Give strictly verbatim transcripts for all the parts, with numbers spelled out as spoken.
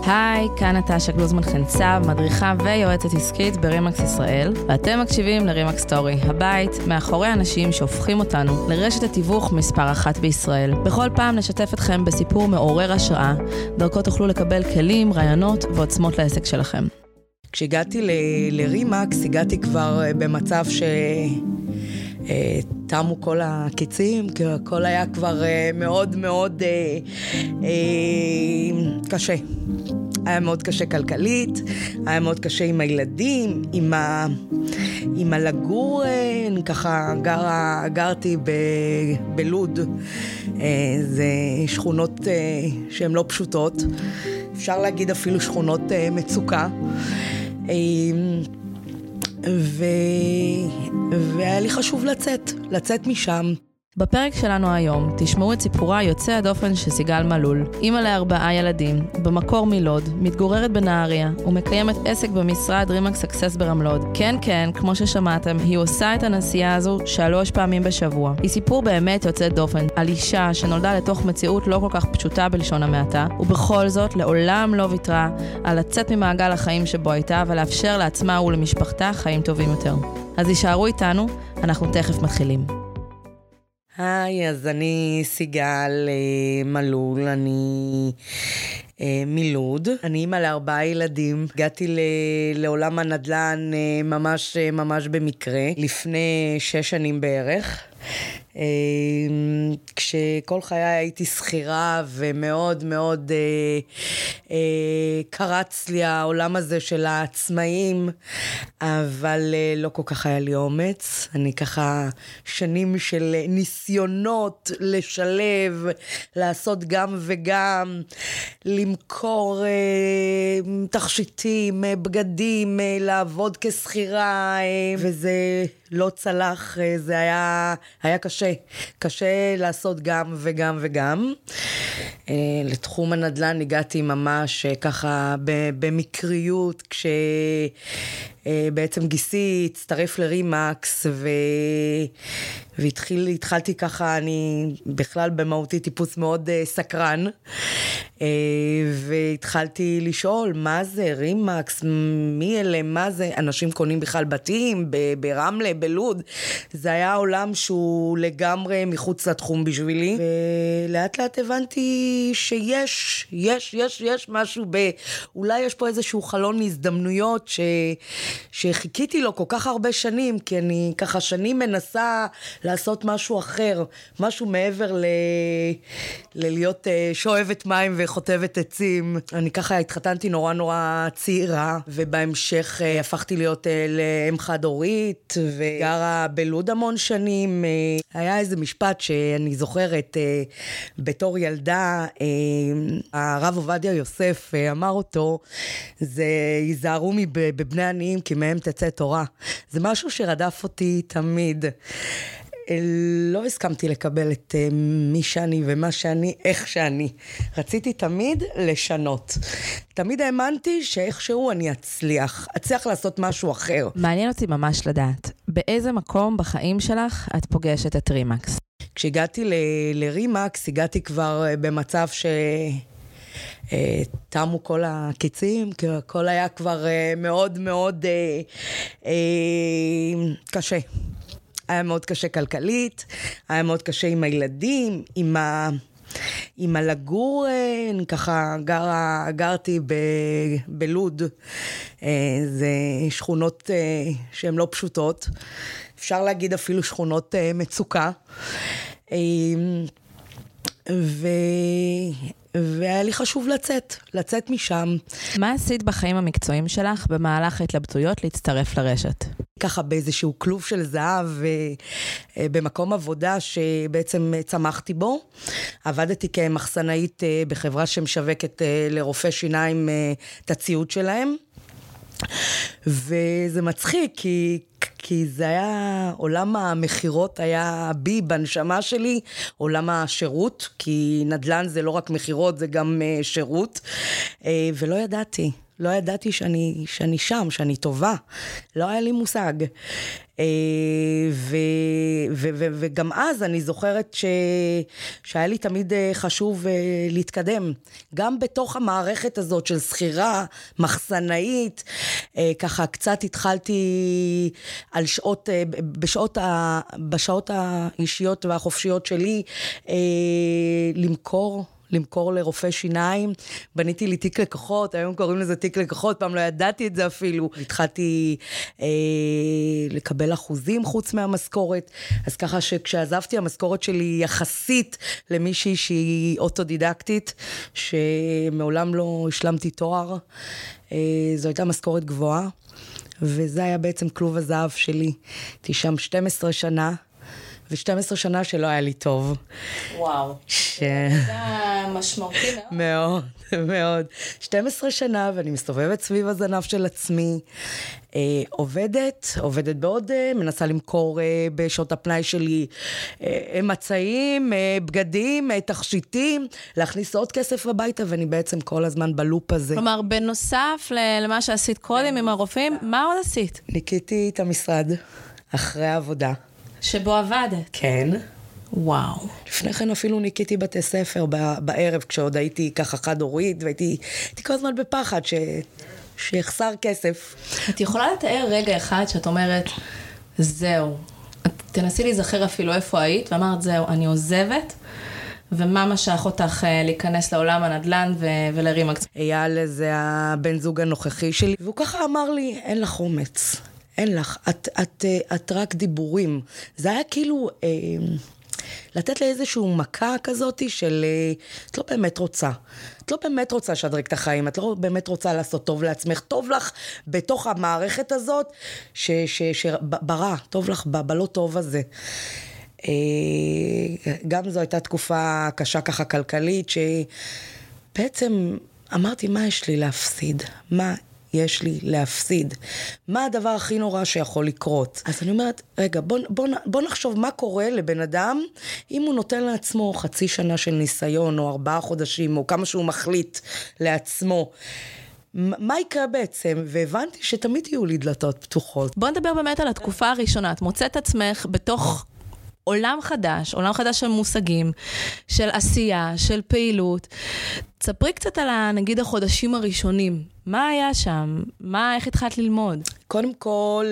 היי, כאן נטשה גלוזמן חנצב, מדריכה ויועצת עסקית ברימקס ישראל, ואתם מקשיבים לרימקס סטורי, הבית מאחורי אנשים שהופכים אותנו לרשת התיווך מספר אחת בישראל. בכל פעם נשתף אתכם בסיפור מעורר השראה, דרכו תוכלו לקבל כלים, רעיונות ועוצמות לעסק שלכם. כשהגעתי ל- לרימקס, הגעתי כבר במצב ש... תמו כל הקיצים, כי הכל היה כבר מאוד מאוד אה, אה, קשה. היה מאוד קשה כלכלית, היה מאוד קשה עם הילדים, עם, ה, עם הלגור, אני ככה גרה, גרתי ב, בלוד. אה, זה שכונות אה, שהן לא פשוטות, אפשר להגיד אפילו שכונות אה, מצוקה. אה, ו... והיה לי חשוב לצאת, לצאת משם. בפרק שלנו היום תשמעו את סיפורה יוצא הדופן של סיגל מלול, אימא לארבעה ילדים, במקור מלוד, מתגוררת בנהריה ומקיימת עסק במשרד רימקס סקסס ברמלוד. כן כן, כמו ששמעתם, היא עושה את הנסיעה הזו שלוש פעמים בשבוע. היא סיפור באמת יוצא דופן על אישה שנולדה לתוך מציאות לא כל כך פשוטה בלשון המעטה, ובכל זאת לעולם לא ויתרה על לצאת ממעגל החיים שבו הייתה ולאפשר לעצמה ולמשפחתה חיים טובים יותר. אז יישארו איתנו, אנחנו תכף מתחילים. היי, אז אני סיגל אה, מלול, אני אה, מלוד. אני אימא לארבעה ילדים. הגעתי ל- לעולם הנדל"ן אה, ממש, אה, ממש במקרה, לפני שש שנים בערך. אה, כשכל חיי הייתי שכירה ומאוד מאוד אה, אה, קרץ לי העולם הזה של העצמאים, אבל אה, לא כל כך היה לי אומץ. אני ככה שנים של ניסיונות לשלב, לעשות גם וגם, למכור אה, תכשיטים, אה, בגדים, אה, לעבוד כשכירה, אה, וזה לא צלח, אה, זה היה, היה קשה. קשה לעשות גם וגם וגם. אה, לתחום הנדל"ן הגעתי ממש אה, ככה במקריות, כש... בעצם גיסי הצטרף לרימקס ו... והתחיל, התחלתי ככה, אני בכלל במהותי טיפוס מאוד uh, סקרן, uh, והתחלתי לשאול מה זה רימקס, מי אלה, מה זה, אנשים קונים בכלל בתים ב- ברמלה, בלוד, זה היה עולם שהוא לגמרי מחוץ לתחום בשבילי, ולאט לאט הבנתי שיש, יש, יש, יש משהו ב... אולי יש פה איזשהו חלון הזדמנויות ש... שחיכיתי לו כל כך הרבה שנים, כי אני ככה שנים מנסה לעשות משהו אחר, משהו מעבר ל... ללהיות שואבת מים וחוטבת עצים. אני ככה התחתנתי נורא נורא צעירה, ובהמשך הפכתי להיות לאם חד הורית, וגרה בלוד המון שנים. היה איזה משפט שאני זוכרת בתור ילדה, הרב עובדיה יוסף אמר אותו, זה ייזהרו מבני עניים כי מהם תצא תורה. זה משהו שרדף אותי תמיד. לא הסכמתי לקבל את מי שאני ומה שאני, איך שאני. רציתי תמיד לשנות. תמיד האמנתי שאיכשהו אני אצליח. אצליח לעשות משהו אחר. מעניין אותי ממש לדעת, באיזה מקום בחיים שלך את פוגשת את רימקס? כשהגעתי ל- לרימקס, הגעתי כבר במצב ש... תמו כל הקיצים, כי הכל היה כבר מאוד מאוד אה, אה, קשה. היה מאוד קשה כלכלית, היה מאוד קשה עם הילדים, עם, ה, עם הלגור, אני ככה גרה, גרתי ב, בלוד. אה, זה שכונות אה, שהן לא פשוטות, אפשר להגיד אפילו שכונות אה, מצוקה. אה, ו... והיה לי חשוב לצאת, לצאת משם. מה עשית בחיים המקצועיים שלך במהלך ההתלבטויות להצטרף לרשת? ככה באיזשהו כלוב של זהב, במקום עבודה שבעצם צמחתי בו. עבדתי כמחסנאית בחברה שמשווקת לרופאי שיניים את הציוד שלהם. וזה מצחיק, כי... כי זה היה, עולם המחירות היה בי, בנשמה שלי, עולם השירות, כי נדל"ן זה לא רק מחירות, זה גם שירות, ולא ידעתי, לא ידעתי שאני, שאני שם, שאני טובה. לא היה לי מושג. ו, ו, ו, וגם אז אני זוכרת ש, שהיה לי תמיד חשוב להתקדם. גם בתוך המערכת הזאת של שכירה, מחסנאית, ככה קצת התחלתי על שעות, בשעות, ה, בשעות האישיות והחופשיות שלי, למכור, למכור לרופא שיניים, בניתי לי תיק לקוחות, היום קוראים לזה תיק לקוחות, פעם לא ידעתי את זה אפילו, התחלתי אה, לקבל אחוזים חוץ מהמשכורת, אז ככה שכשעזבתי המשכורת שלי יחסית למישהי שהיא אוטודידקטית, שמעולם לא השלמתי תואר, אה, זו הייתה משכורת גבוהה, וזה היה בעצם כלוב הזהב שלי, הייתי שם שתים עשרה שנה, ו-שתים עשרה שנה שלא היה לי טוב. וואו. ש... זה משמעותי מאוד. מאוד, מאוד. שתים עשרה שנה, ואני מסתובבת סביב הזנב של עצמי, אה, עובדת, עובדת בעוד, אה, מנסה למכור אה, בשעות הפנאי שלי, אה, מצעים, אה, בגדים, אה, תכשיטים, להכניס עוד כסף הביתה, ואני בעצם כל הזמן בלופ הזה. כלומר, בנוסף למה שעשית קודם עם הרופאים, מה עוד עשית? ניקיתי את המשרד אחרי העבודה. שבו עבדת. כן. וואו. לפני כן אפילו ניקיתי בתי ספר בערב, כשעוד הייתי ככה חד-הורית, והייתי כל הזמן בפחד ש... שיחסר כסף. את יכולה לתאר רגע אחד שאת אומרת, זהו. תנסי להיזכר אפילו איפה היית, ואמרת, זהו, אני עוזבת, ומה משך אותך להיכנס לעולם הנדל"ן ו... ולרימקס? אייל זה הבן זוג הנוכחי שלי, והוא ככה אמר לי, אין לך אומץ. אין לך, את, את, את רק דיבורים. זה היה כאילו, אה, לתת לי איזשהו מכה כזאת של, אה, את לא באמת רוצה. את לא באמת רוצה לשדרג את החיים, את לא באמת רוצה לעשות טוב לעצמך. טוב לך בתוך המערכת הזאת, ש, ש, ש, ברע, טוב לך ב, בלא טוב הזה. אה, גם זו הייתה תקופה קשה ככה כלכלית, שבעצם אמרתי, מה יש לי להפסיד? מה יש לי להפסיד? מה הדבר הכי נורא שיכול לקרות? אז אני אומרת, רגע, בוא, בוא, בוא נחשוב מה קורה לבן אדם, אם הוא נותן לעצמו חצי שנה של ניסיון, או ארבעה חודשים, או כמה שהוא מחליט לעצמו. מה יקרה בעצם? והבנתי שתמיד יהיו לי דלתות פתוחות. בוא נדבר באמת על התקופה הראשונה. את מוצאת עצמך בתוך עולם חדש, עולם חדש של מושגים, של עשייה, של פעילות. תספרי קצת על, נגיד, החודשים הראשונים. מה היה שם? מה, איך התחלת ללמוד? קודם כל,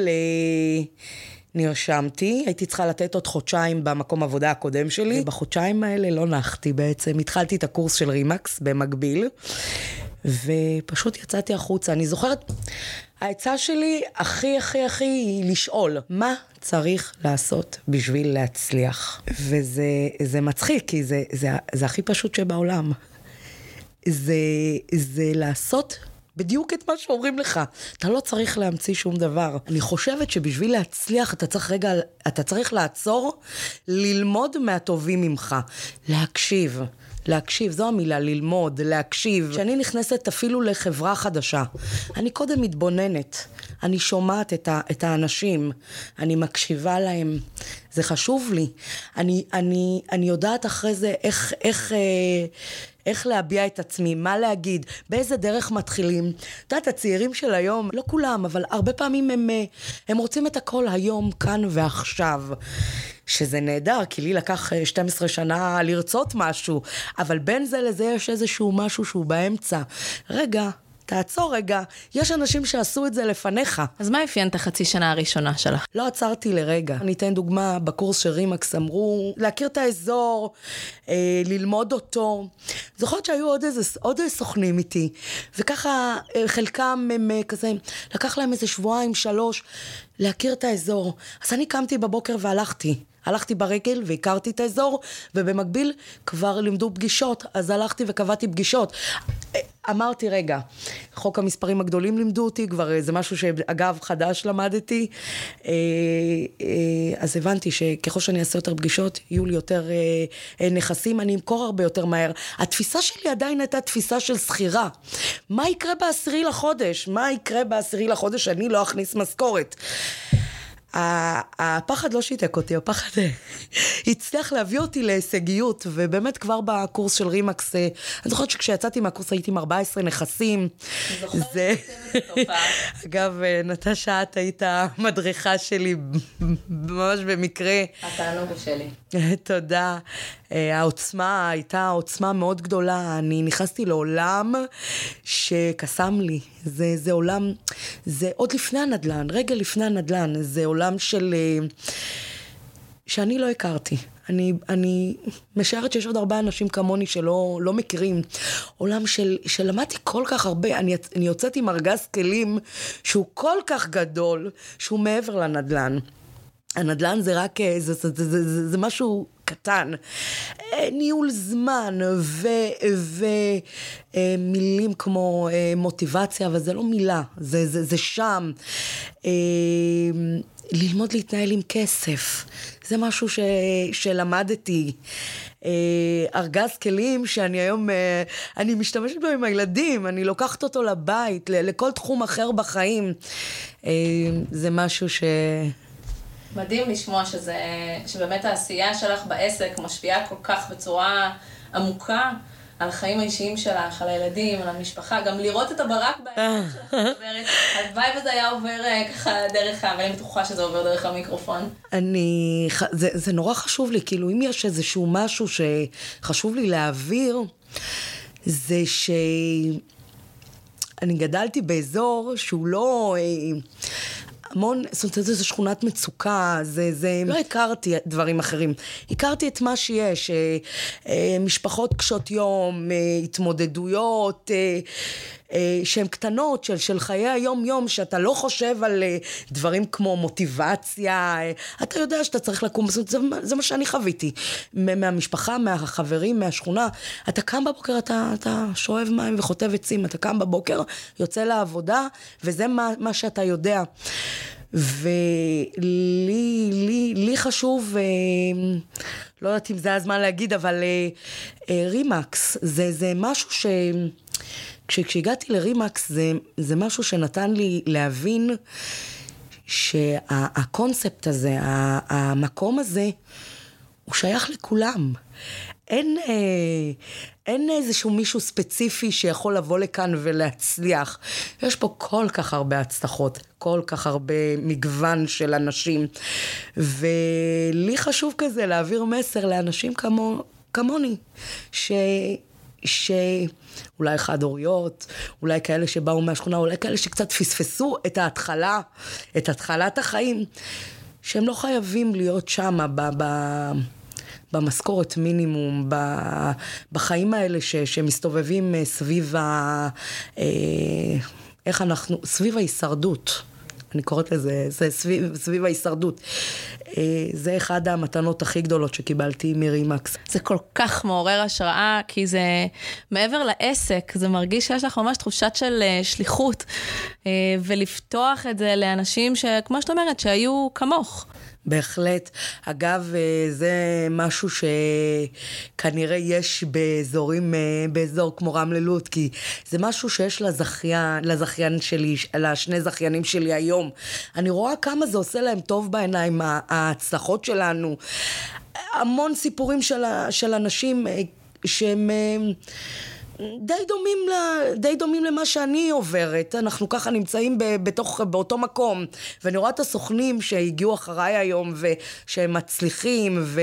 נרשמתי. הייתי צריכה לתת עוד חודשיים במקום עבודה הקודם שלי. ובחודשיים האלה לא נחתי בעצם. התחלתי את הקורס של רימקס במקביל, ופשוט יצאתי החוצה. אני זוכרת, העצה שלי הכי הכי הכי היא לשאול, מה צריך לעשות בשביל להצליח? וזה זה מצחיק, כי זה, זה, זה הכי פשוט שבעולם. זה, זה לעשות בדיוק את מה שאומרים לך. אתה לא צריך להמציא שום דבר. אני חושבת שבשביל להצליח, אתה צריך רגע, אתה צריך לעצור, ללמוד מהטובים ממך, להקשיב. להקשיב, זו המילה, ללמוד, להקשיב. כשאני נכנסת אפילו לחברה חדשה, אני קודם מתבוננת, אני שומעת את, ה, את האנשים, אני מקשיבה להם, זה חשוב לי. אני, אני, אני יודעת אחרי זה איך, איך, איך להביע את עצמי, מה להגיד, באיזה דרך מתחילים. את יודעת, הצעירים של היום, לא כולם, אבל הרבה פעמים הם, הם רוצים את הכל היום, כאן ועכשיו. שזה נהדר, כי לי לקח שתים עשרה שנה לרצות משהו, אבל בין זה לזה יש איזשהו משהו שהוא באמצע. רגע, תעצור רגע, יש אנשים שעשו את זה לפניך. אז מה אפיין את החצי שנה הראשונה שלך? לא עצרתי לרגע. אני אתן דוגמה, בקורס של רימקס אמרו, להכיר את האזור, אה, ללמוד אותו. זוכרת שהיו עוד איזה, עוד איזה סוכנים איתי, וככה אה, חלקם הם אה, כזה, לקח להם איזה שבועיים, שלוש, להכיר את האזור. אז אני קמתי בבוקר והלכתי. הלכתי ברגל והכרתי את האזור, ובמקביל כבר לימדו פגישות, אז הלכתי וקבעתי פגישות. אמרתי, רגע, חוק המספרים הגדולים לימדו אותי, כבר זה משהו שאגב חדש למדתי, אז הבנתי שככל שאני אעשה יותר פגישות, יהיו לי יותר נכסים, אני אמכור הרבה יותר מהר. התפיסה שלי עדיין הייתה תפיסה של שכירה. מה יקרה בעשירי לחודש? מה יקרה בעשירי לחודש? אני לא אכניס משכורת. הפחד לא שיתק אותי, הפחד הצליח להביא אותי להישגיות, ובאמת כבר בקורס של רימקס, אני זוכרת שכשיצאתי מהקורס הייתי עם ארבעה עשר נכסים. אני זוכרת שעשיתם את התופעה. אגב, נטשה, את היית המדריכה שלי ממש במקרה. התענוג שלי. תודה. העוצמה הייתה עוצמה מאוד גדולה. אני נכנסתי לעולם שקסם לי. זה, זה עולם, זה עוד לפני הנדל"ן, רגע לפני הנדל"ן. זה עולם של, שאני לא הכרתי. אני, אני משערת שיש עוד הרבה אנשים כמוני שלא לא מכירים. עולם של, שלמדתי כל כך הרבה. אני, אני יוצאת עם ארגז כלים שהוא כל כך גדול, שהוא מעבר לנדל"ן. הנדל"ן זה רק, זה, זה, זה, זה, זה, זה משהו קטן. ניהול זמן ו, ומילים כמו מוטיבציה, אבל זה לא מילה, זה, זה, זה שם. ללמוד להתנהל עם כסף. זה משהו ש, שלמדתי. ארגז כלים שאני היום, אני משתמשת בו עם הילדים, אני לוקחת אותו לבית, לכל תחום אחר בחיים. זה משהו ש... מדהים לשמוע שזה, שבאמת העשייה שלך בעסק משפיעה כל כך בצורה עמוקה על החיים האישיים שלך, על הילדים, על המשפחה, גם לראות את הברק בעיניים שלך עוברת. הווייב הזה היה עובר ככה דרך, אבל אני בטוחה שזה עובר דרך המיקרופון. אני, זה, זה נורא חשוב לי, כאילו אם יש איזשהו משהו שחשוב לי להעביר, זה שאני גדלתי באזור שהוא לא... המון, זאת אומרת, זו שכונת מצוקה, זה, זה, לא הכרתי דברים אחרים. הכרתי את מה שיש, משפחות קשות יום, התמודדויות, שהן קטנות, של, של חיי היום-יום, שאתה לא חושב על דברים כמו מוטיבציה, אתה יודע שאתה צריך לקום, זאת, זה, זה מה שאני חוויתי. מהמשפחה, מהחברים, מהשכונה, אתה קם בבוקר, אתה, אתה שואב מים וחוטב עצים, אתה קם בבוקר, יוצא לעבודה, וזה מה, מה שאתה יודע. ולי, לי, לי חשוב, לא יודעת אם זה הזמן להגיד, אבל רימקס, זה, זה משהו ש... כשהגעתי לרימקס, זה, זה משהו שנתן לי להבין שהקונספט הזה, המקום הזה, הוא שייך לכולם. אין, אין איזשהו מישהו ספציפי שיכול לבוא לכאן ולהצליח. יש פה כל כך הרבה הצלחות, כל כך הרבה מגוון של אנשים, ולי חשוב כזה להעביר מסר לאנשים כמו, כמוני, ש... שאולי חד-הוריות, אולי כאלה שבאו מהשכונה, אולי כאלה שקצת פספסו את ההתחלה, את התחלת החיים, שהם לא חייבים להיות שם ב... ב... במשכורת מינימום, בחיים האלה ש, שמסתובבים סביב ה... איך אנחנו... סביב ההישרדות. אני קוראת לזה, זה סביב, סביב ההישרדות. זה אחד המתנות הכי גדולות שקיבלתי מרימקס. זה כל כך מעורר השראה, כי זה מעבר לעסק, זה מרגיש שיש לך ממש תחושת של שליחות, ולפתוח את זה לאנשים שכמו שאת אומרת, שהיו כמוך. בהחלט. אגב, זה משהו שכנראה יש באזורים, באזור כמו רמלה לוד, כי זה משהו שיש לזכיין, לזכיין שלי, לשני זכיינים שלי היום. אני רואה כמה זה עושה להם טוב בעיניים, ההצלחות שלנו. המון סיפורים של, של אנשים שהם... די דומים, לה, די דומים למה שאני עוברת. אנחנו ככה נמצאים ב, בתוך, באותו מקום, ואני רואה את הסוכנים שהגיעו אחריי היום, ושהם מצליחים, ו,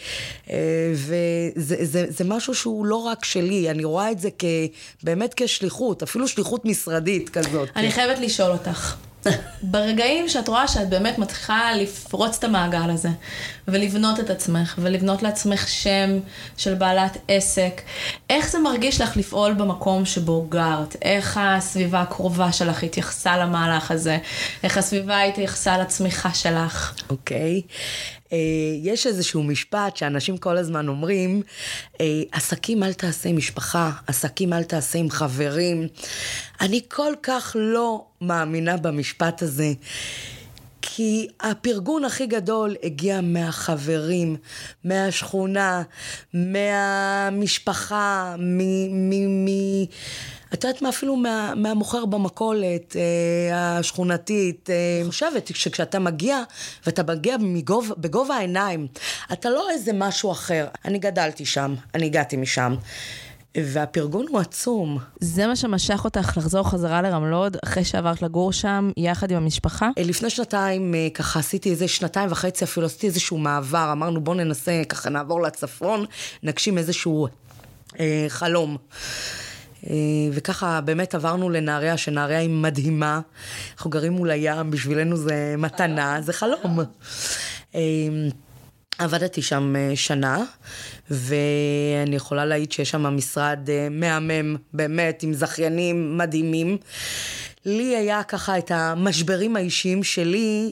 וזה, זה, זה משהו שהוא לא רק שלי, אני רואה את זה כ, באמת כשליחות, אפילו שליחות משרדית כזאת. אני חייבת לשאול אותך. ברגעים שאת רואה שאת באמת מתחילה לפרוץ את המעגל הזה, ולבנות את עצמך, ולבנות לעצמך שם של בעלת עסק, איך זה מרגיש לך לפעול במקום שבו גרת? איך הסביבה הקרובה שלך התייחסה למהלך הזה? איך הסביבה התייחסה לצמיחה שלך? אוקיי. יש איזשהו משפט שאנשים כל הזמן אומרים, עסקים אל תעשה עם משפחה, עסקים אל תעשה עם חברים. אני כל כך לא מאמינה במשפט הזה, כי הפרגון הכי גדול הגיע מהחברים, מהשכונה, מהמשפחה, מ... מ, מ את יודעת מה, אפילו מה, מהמוכר במקולת, אה, השכונתית, אה, אני חושבת שכשאתה מגיע, ואתה מגיע מגוב, בגובה העיניים, אתה לא איזה משהו אחר. אני גדלתי שם, אני הגעתי משם. והפרגון הוא עצום. זה מה שמשך אותך לחזור חזרה לרמלוד, אחרי שעברת לגור שם, יחד עם המשפחה? לפני שנתיים, ככה עשיתי איזה שנתיים וחצי, אפילו עשיתי איזשהו מעבר, אמרנו בוא ננסה, ככה נעבור לצפון, נגשים איזשהו אה, חלום. אה, וככה באמת עברנו לנהריה, שנהריה היא מדהימה, אנחנו גרים מול הים, בשבילנו זה מתנה, זה חלום. אה, עבדתי שם שנה, ואני יכולה להעיד שיש שם משרד מהמם, באמת, עם זכיינים מדהימים. לי היה ככה את המשברים האישיים שלי,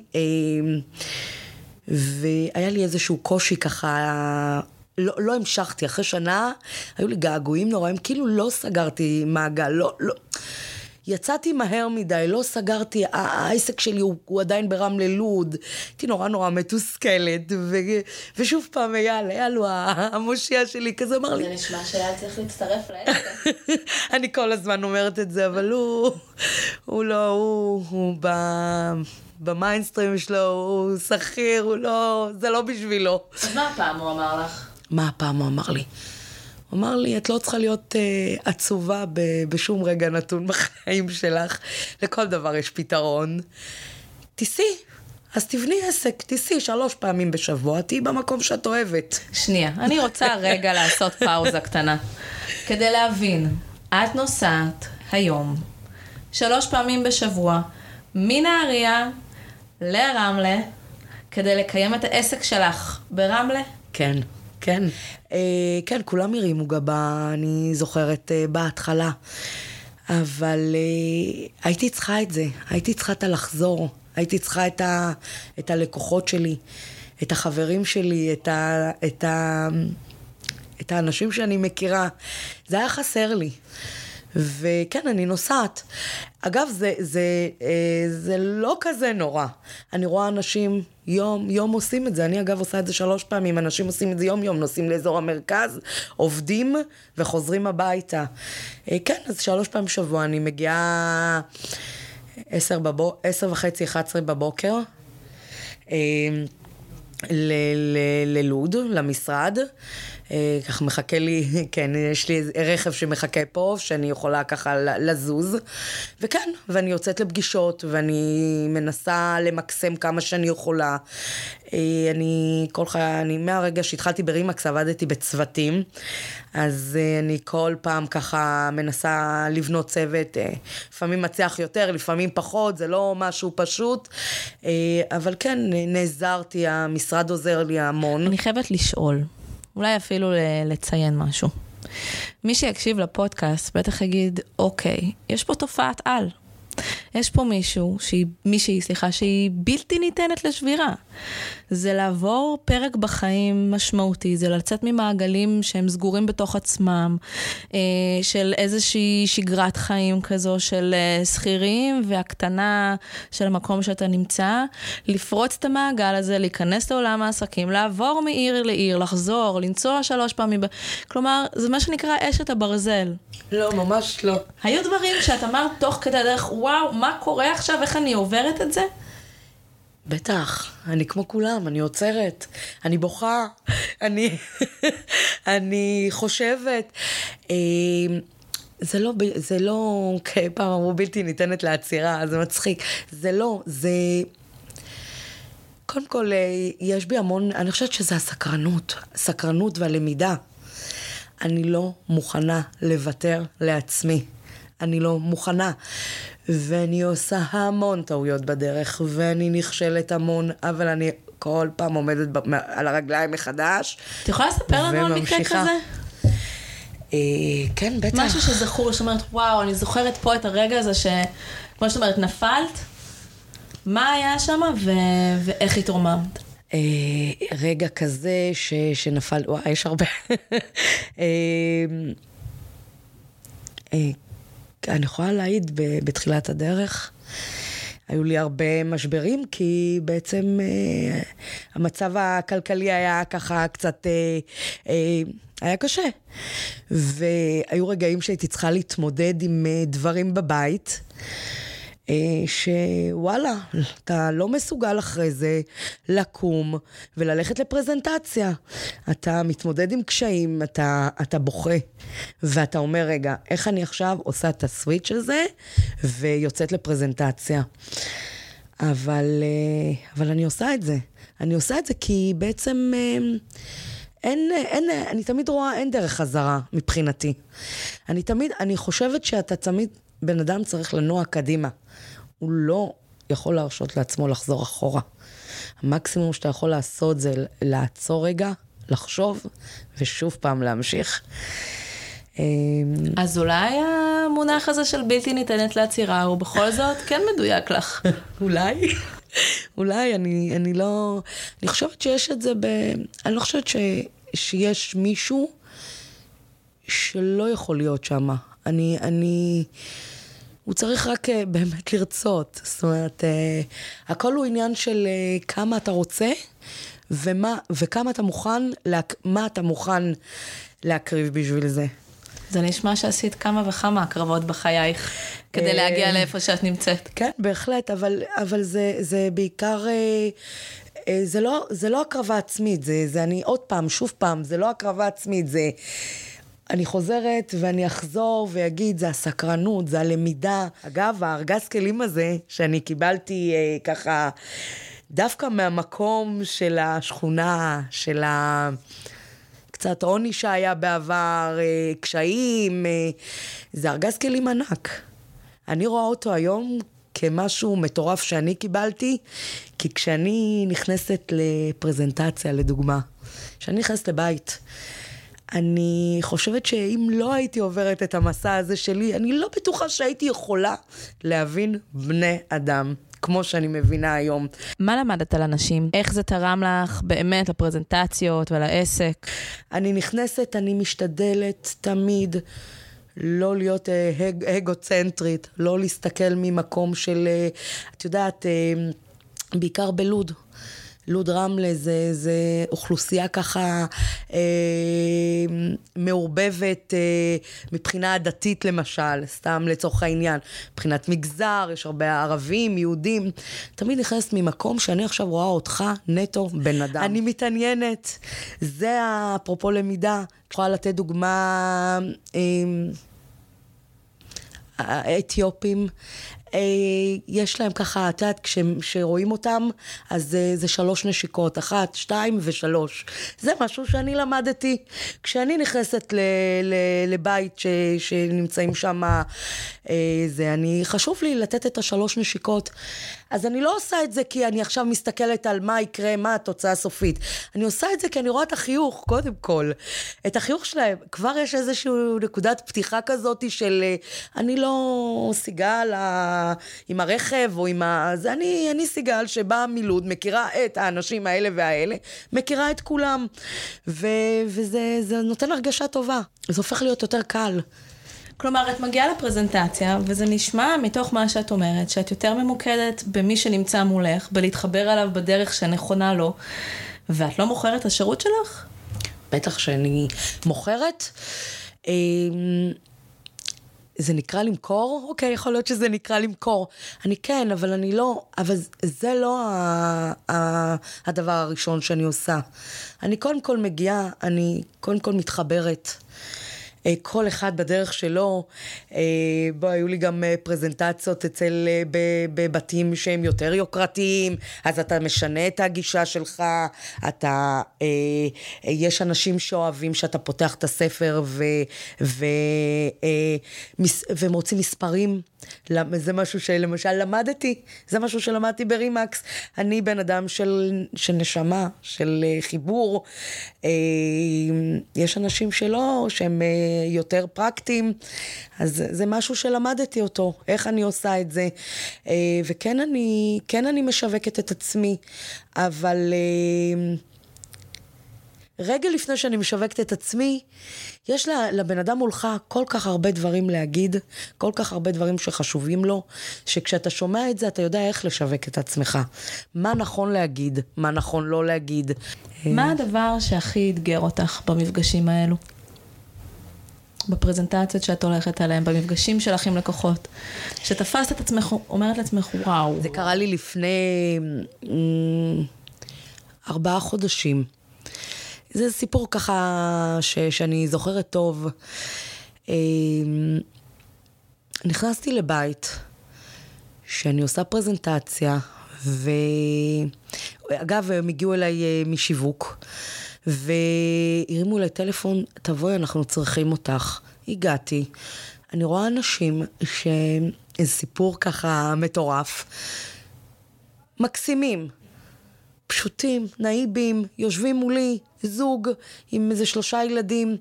והיה לי איזשהו קושי ככה, לא, לא המשכתי. אחרי שנה היו לי געגועים נוראים, כאילו לא סגרתי מעגל, לא, לא. יצאתי מהר מדי, לא סגרתי, העסק שלי הוא, הוא עדיין ברמלה לוד, הייתי נורא נורא מתוסכלת, ו, ושוב פעם אייל, אייל הוא המושיע שלי, כזה אמר לי... זה נשמע שאייל צריך להצטרף לעסק. אני כל הזמן אומרת את זה, אבל הוא, הוא לא, הוא, הוא ב, במיינסטרים שלו, הוא שכיר, הוא לא, זה לא בשבילו. אז מה הפעם הוא אמר לך? מה הפעם הוא אמר לי? הוא אמר לי, את לא צריכה להיות uh, עצובה ב- בשום רגע נתון בחיים שלך. לכל דבר יש פתרון. תיסי, אז תבני עסק, תיסי שלוש פעמים בשבוע, תהי במקום שאת אוהבת. שנייה, אני רוצה רגע לעשות פאוזה קטנה. כדי להבין, את נוסעת היום, שלוש פעמים בשבוע, מנהריה לרמלה, כדי לקיים את העסק שלך ברמלה? כן. כן, אה, כן, כולם הרימו גבה, אני זוכרת אה, בהתחלה, אבל אה, הייתי צריכה את זה, הייתי צריכה את הלחזור, הייתי צריכה את, ה, את הלקוחות שלי, את החברים שלי, את, ה, את, ה, את האנשים שאני מכירה, זה היה חסר לי. וכן, אני נוסעת. אגב, זה, זה, זה לא כזה נורא. אני רואה אנשים יום, יום עושים את זה. אני אגב עושה את זה שלוש פעמים. אנשים עושים את זה יום יום, נוסעים לאזור המרכז, עובדים וחוזרים הביתה. כן, אז שלוש פעמים שבוע אני מגיעה עשר, בבו, עשר וחצי, אחת עשרה בבוקר, ל, ל, ללוד, למשרד. כך מחכה לי, כן, יש לי רכב שמחכה פה, שאני יכולה ככה לזוז, וכן, ואני יוצאת לפגישות, ואני מנסה למקסם כמה שאני יכולה. אני כל חיי, אני מהרגע שהתחלתי ברימקס, עבדתי בצוותים, אז אני כל פעם ככה מנסה לבנות צוות, לפעמים מצליח יותר, לפעמים פחות, זה לא משהו פשוט, אבל כן, נעזרתי, המשרד עוזר לי המון. אני חייבת לשאול. אולי אפילו לציין משהו. מי שיקשיב לפודקאסט בטח יגיד, אוקיי, יש פה תופעת על. יש פה מישהו, שהיא, מישהי, סליחה, שהיא בלתי ניתנת לשבירה. זה לעבור פרק בחיים משמעותי, זה לצאת ממעגלים שהם סגורים בתוך עצמם, של איזושהי שגרת חיים כזו, של שכירים והקטנה של המקום שאתה נמצא, לפרוץ את המעגל הזה, להיכנס לעולם העסקים, לעבור מעיר לעיר, לחזור, לנסוע שלוש פעמים. כלומר, זה מה שנקרא אשת הברזל. לא, ממש לא. היו דברים שאת אמרת תוך כדי הדרך, וואו, מה קורה עכשיו, איך אני עוברת את זה? בטח, אני כמו כולם, אני עוצרת, אני בוכה, אני, אני חושבת. זה לא, זה לא, פעם אמרו בלתי ניתנת לעצירה, זה מצחיק. זה לא, זה... קודם כל, יש בי המון, אני חושבת שזה הסקרנות, הסקרנות והלמידה. אני לא מוכנה לוותר לעצמי. אני לא מוכנה. ואני עושה המון טעויות בדרך, ואני נכשלת המון, אבל אני כל פעם עומדת על הרגליים מחדש. את יכולה לספר לנו על מקרה כזה? כן, בטח. משהו שזכור, זאת אומרת, וואו, אני זוכרת פה את הרגע הזה ש... כמו שאת אומרת, נפלת? מה היה שם ואיך התרוממת? רגע כזה ש... שנפל, וואי, יש הרבה. אני יכולה להעיד בתחילת הדרך, היו לי הרבה משברים, כי בעצם המצב הכלכלי היה ככה קצת היה קשה. והיו רגעים שהייתי צריכה להתמודד עם דברים בבית, שוואלה, אתה לא מסוגל אחרי זה לקום וללכת לפרזנטציה. אתה מתמודד עם קשיים, אתה, אתה בוכה, ואתה אומר, רגע, איך אני עכשיו עושה את הסוויץ' הזה ויוצאת לפרזנטציה? אבל, אבל אני עושה את זה. אני עושה את זה כי בעצם אין, אין, אני תמיד רואה אין דרך חזרה מבחינתי. אני תמיד, אני חושבת שאתה תמיד, בן אדם צריך לנוע קדימה. הוא לא יכול להרשות לעצמו לחזור אחורה. המקסימום שאתה יכול לעשות זה לעצור רגע, לחשוב, ושוב פעם להמשיך. אז אולי המונח הזה של בלתי ניתנת לעצירה, הוא בכל זאת כן מדויק לך. אולי, אולי, אני, אני לא, אני חושבת שיש את זה ב, אני לא חושבת ש, שיש מישהו שלא יכול להיות שם. אני, אני, הוא צריך רק באמת לרצות. זאת אומרת, הכל הוא עניין של כמה אתה רוצה, ומה, וכמה אתה מוכן, מה אתה מוכן להקריב בשביל זה. זה נשמע שעשית כמה וכמה הקרבות בחייך, כדי להגיע לאיפה שאת נמצאת. כן, בהחלט, אבל, אבל זה, זה בעיקר, זה לא, זה לא הקרבה עצמית, זה, זה אני עוד פעם, שוב פעם, זה לא הקרבה עצמית, זה, אני חוזרת ואני אחזור ואגיד, זה הסקרנות, זה הלמידה. אגב, הארגז כלים הזה, שאני קיבלתי ככה, דווקא מהמקום של השכונה, של ה... קצת עוני שהיה בעבר, קשיים, זה ארגז כלים ענק. אני רואה אותו היום כמשהו מטורף שאני קיבלתי, כי כשאני נכנסת לפרזנטציה, לדוגמה, כשאני נכנסת לבית, אני חושבת שאם לא הייתי עוברת את המסע הזה שלי, אני לא בטוחה שהייתי יכולה להבין בני אדם. כמו שאני מבינה היום. מה למדת על אנשים? איך זה תרם לך באמת לפרזנטציות ולעסק? אני נכנסת, אני משתדלת תמיד לא להיות אה, אגוצנטרית, לא להסתכל ממקום של, אה, את יודעת, אה, בעיקר בלוד. לוד רמלה זה, זה אוכלוסייה ככה אה, מעורבבת אה, מבחינה דתית למשל, סתם לצורך העניין. מבחינת מגזר, יש הרבה ערבים, יהודים. תמיד נכנסת ממקום שאני עכשיו רואה אותך נטו בן אדם. אני מתעניינת. זה אפרופו למידה. יכולה לתת דוגמה, אה, האתיופים, יש להם ככה, את יודעת, כשרואים אותם, אז זה, זה שלוש נשיקות, אחת, שתיים ושלוש. זה משהו שאני למדתי. כשאני נכנסת ל, ל, לבית ש, שנמצאים שם, זה, אני, חשוב לי לתת את השלוש נשיקות. אז אני לא עושה את זה כי אני עכשיו מסתכלת על מה יקרה, מה התוצאה הסופית. אני עושה את זה כי אני רואה את החיוך, קודם כל. את החיוך שלהם. כבר יש איזושהי נקודת פתיחה כזאת של, אני לא סיגל עם הרכב או עם ה... זה אני, אני סיגל שבאה מלוד, מכירה את האנשים האלה והאלה, מכירה את כולם. ו, וזה זה נותן הרגשה טובה. זה הופך להיות יותר קל. כלומר, את מגיעה לפרזנטציה, וזה נשמע מתוך מה שאת אומרת, שאת יותר ממוקדת במי שנמצא מולך, בלהתחבר עליו בדרך שנכונה לו, ואת לא מוכרת את השירות שלך? בטח שאני מוכרת. זה נקרא למכור? אוקיי, יכול להיות שזה נקרא למכור. אני כן, אבל אני לא, אבל זה לא ה, ה, הדבר הראשון שאני עושה. אני קודם כל מגיעה, אני קודם כל מתחברת. כל אחד בדרך שלו, בו היו לי גם פרזנטציות אצל, בבתים שהם יותר יוקרתיים, אז אתה משנה את הגישה שלך, אתה, יש אנשים שאוהבים שאתה פותח את הספר ו, ו, ומוציא מספרים, זה משהו שלמשל למדתי, זה משהו שלמדתי ברימקס, אני בן אדם של, של נשמה, של חיבור, יש אנשים שלא, שהם יותר פרקטיים, אז זה משהו שלמדתי אותו, איך אני עושה את זה, וכן אני, כן אני משווקת את עצמי, אבל רגע לפני שאני משווקת את עצמי, יש לבן אדם מולך כל כך הרבה דברים להגיד, כל כך הרבה דברים שחשובים לו, שכשאתה שומע את זה, אתה יודע איך לשווק את עצמך. מה נכון להגיד, מה נכון לא להגיד. מה הדבר שהכי אתגר אותך במפגשים האלו? בפרזנטציות שאת הולכת עליהן, במפגשים שלך עם לקוחות, שתפסת את עצמך, אומרת לעצמך, וואו. זה קרה לי לפני ארבעה חודשים. זה סיפור ככה ש, שאני זוכרת טוב. נכנסתי לבית, שאני עושה פרזנטציה, ואגב, הם הגיעו אליי משיווק, והרימו אליי טלפון, תבואי, אנחנו צריכים אותך. הגעתי, אני רואה אנשים שאיזה סיפור ככה מטורף, מקסימים, פשוטים, נאיבים, יושבים מולי, זוג עם איזה שלושה ילדים,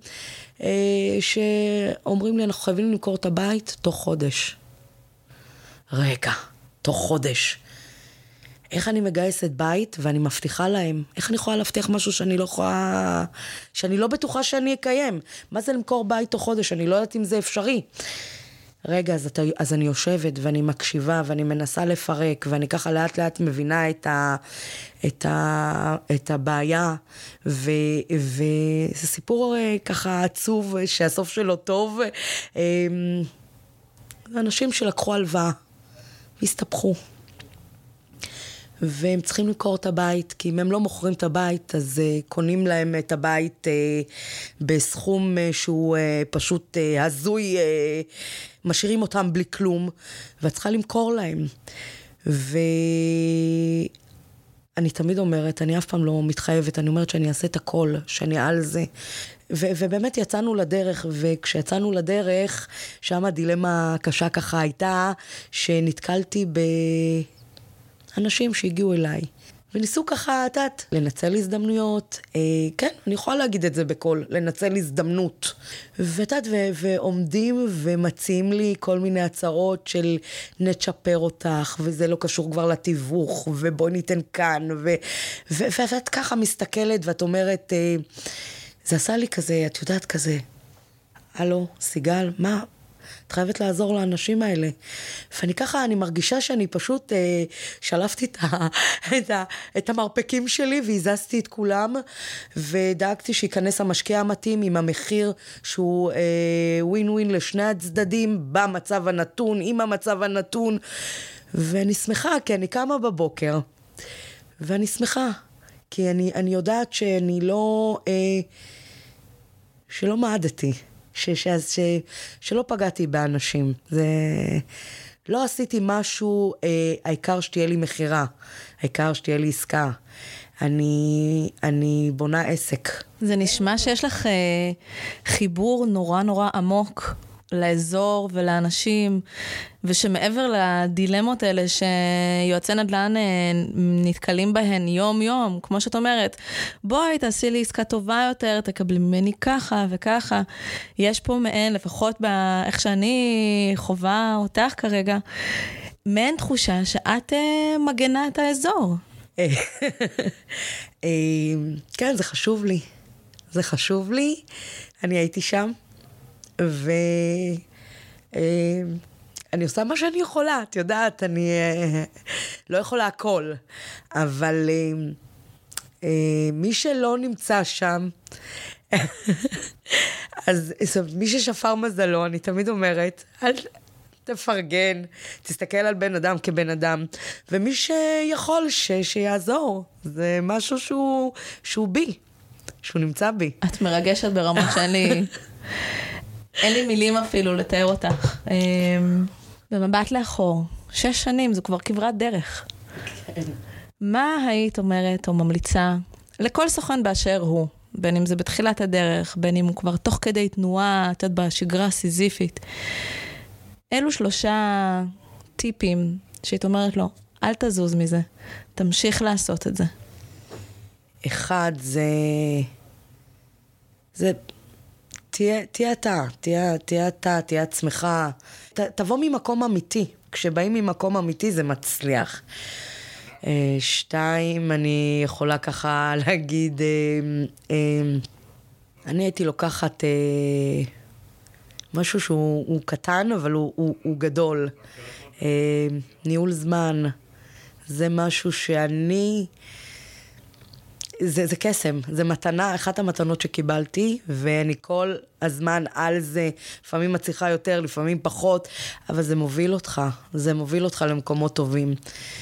שאומרים לי, אנחנו חייבים למכור את הבית תוך חודש. רגע, תוך חודש. איך אני מגייסת בית ואני מבטיחה להם? איך אני יכולה להבטיח משהו שאני לא יכולה, שאני לא בטוחה שאני אקיים? מה זה למכור בית תוך חודש? אני לא יודעת אם זה אפשרי. רגע, אז, אתה, אז אני יושבת ואני מקשיבה ואני מנסה לפרק, ואני ככה לאט לאט מבינה את, ה, את, ה, את הבעיה, ו, וזה סיפור ככה עצוב שהסוף שלו טוב. אנשים שלקחו הלוואה והסתפחו. והם צריכים למכור את הבית, כי אם הם לא מוכרים את הבית, אז uh, קונים להם את הבית uh, בסכום uh, שהוא uh, פשוט uh, הזוי, uh, משאירים אותם בלי כלום, ואת צריכה למכור להם. ואני תמיד אומרת, אני אף פעם לא מתחייבת, אני אומרת שאני אעשה את הכל, שאני על זה. ו- ובאמת יצאנו לדרך, וכשיצאנו לדרך, שם הדילמה הקשה ככה הייתה, שנתקלתי ב... אנשים שהגיעו אליי, וניסו ככה, תת, לנצל הזדמנויות, אה, כן, אני יכולה להגיד את זה בכל, לנצל הזדמנות. ותת, ו- ועומדים ומציעים לי כל מיני הצעות של נצ'פר אותך, וזה לא קשור כבר לתיווך, ובואי ניתן כאן, ו- ו- ואת ככה מסתכלת, ואת אומרת, אה, זה עשה לי כזה, את יודעת כזה, הלו, סיגל, מה? את חייבת לעזור לאנשים האלה. ואני ככה, אני מרגישה שאני פשוט אה, שלפתי את, ה, את, ה, את המרפקים שלי, והזזתי את כולם, ודאגתי שיכנס המשקיע המתאים עם המחיר שהוא אה, ווין ווין לשני הצדדים, במצב הנתון, עם המצב הנתון. ואני שמחה, כי אני קמה בבוקר, ואני שמחה, כי אני, אני יודעת שאני לא, אה, שלא מעדתי. ש, ש, ש, שלא פגעתי באנשים. זה... לא עשיתי משהו, אה, העיקר שתהיה לי מחירה, העיקר שתהיה לי עסקה. אני, אני בונה עסק. זה נשמע שיש לך אה, חיבור נורא נורא עמוק לאזור ולאנשים, ושמעבר לדילמות האלה שיועצי נדל"ן נתקלים בהן יום יום, כמו שאת אומרת, בואי תעשי לי עסקה טובה יותר, תקבלי ממני ככה וככה, יש פה מעין, לפחות באיך שאני חובה אותך כרגע, מעין תחושה שאת מגנה את האזור. כן, זה חשוב לי. זה חשוב לי. אני הייתי שם, ו... אני עושה מה שאני יכולה, את יודעת, אני לא יכולה הכל, אבל מי שלא נמצא שם, אז מי ששפר מזלו, אני תמיד אומרת, אל תפרגן, תסתכל על בן אדם כבן אדם, ומי שיכול ש, שיעזור, זה משהו שהוא, שהוא בי, שהוא נמצא בי. את מרגשת ברמות שאין לי... אין לי מילים אפילו לתאר אותך. במבט לאחור, שש שנים, זו כבר כברת דרך. מה היית אומרת או ממליצה לכל סוכן באשר הוא, בין אם זה בתחילת הדרך, בין אם הוא כבר תוך כדי תנועה, את יודעת, בשגרה סיזיפית. אלו שלושה טיפים שהיית אומרת לו, אל תזוז מזה, תמשיך לעשות את זה. אחד זה... זה... תהיה, תהיה אתה, תהיה, תהיה אתה, תהיה עצמך. ת, תבוא ממקום אמיתי. כשבאים ממקום אמיתי זה מצליח. שתיים, אני יכולה ככה להגיד, אני הייתי לוקחת משהו שהוא קטן, אבל הוא, הוא, הוא גדול. ניהול זמן, זה משהו שאני... זה, זה קסם, זה מתנה, אחת המתנות שקיבלתי, ואני כל הזמן על זה, לפעמים מצליחה יותר, לפעמים פחות, אבל זה מוביל אותך, זה מוביל אותך למקומות טובים.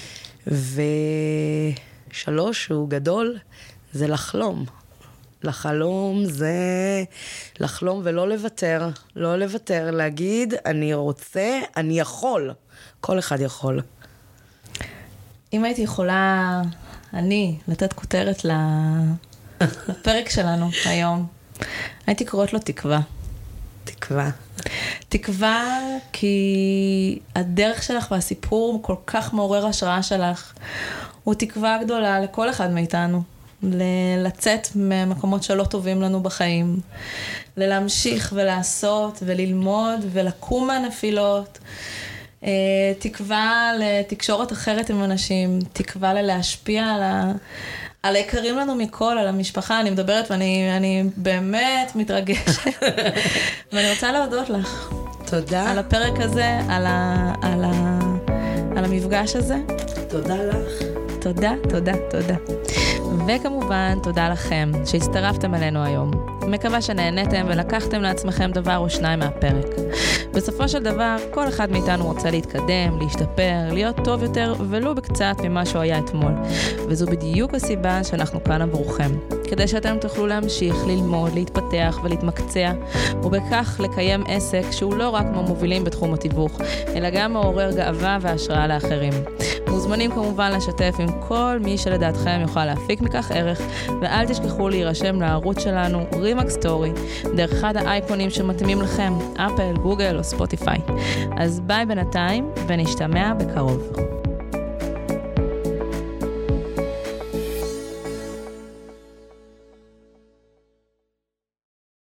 ושלוש, שהוא גדול, זה לחלום. לחלום זה לחלום ולא לוותר, לא לוותר, להגיד, אני רוצה, אני יכול, כל אחד יכול. אם הייתי יכולה... אני, לתת כותרת לפרק שלנו היום. הייתי קוראת לו תקווה. תקווה. תקווה כי הדרך שלך והסיפור כל כך מעורר השראה שלך. הוא תקווה גדולה לכל אחד מאיתנו. לצאת ממקומות שלא טובים לנו בחיים. ללהמשיך ולעשות וללמוד ולקום מהנפילות. Uh, תקווה לתקשורת אחרת עם אנשים, תקווה ללהשפיע על, ה... על היקרים לנו מכל, על המשפחה. אני מדברת ואני אני באמת מתרגשת. ואני רוצה להודות לך. תודה. על הפרק הזה, על, ה... על, ה... על המפגש הזה. תודה לך. תודה, תודה, תודה. וכמובן, תודה לכם שהצטרפתם אלינו היום. מקווה שנהנתם ולקחתם לעצמכם דבר או שניים מהפרק. בסופו של דבר, כל אחד מאיתנו רוצה להתקדם, להשתפר, להיות טוב יותר, ולא בקצת ממה שהוא היה אתמול. וזו בדיוק הסיבה שאנחנו כאן עבורכם. כדי שאתם תוכלו להמשיך, ללמוד, להתפתח ולהתמקצע, ובכך לקיים עסק שהוא לא רק מובילים בתחום התיווך, אלא גם מעורר גאווה והשראה לאחרים. מוזמנים כמובן לשתף עם כל מי שלדעתכם יוכל להפיק מכך ערך, ואל תשכחו להירשם לערוץ שלנו, רימקס סטורי, דרך אחד האייקונים שמתאימים לכם, אפל, גוגל או ספוטיפיי. אז ביי בינתיים, ונשתמע בקרוב.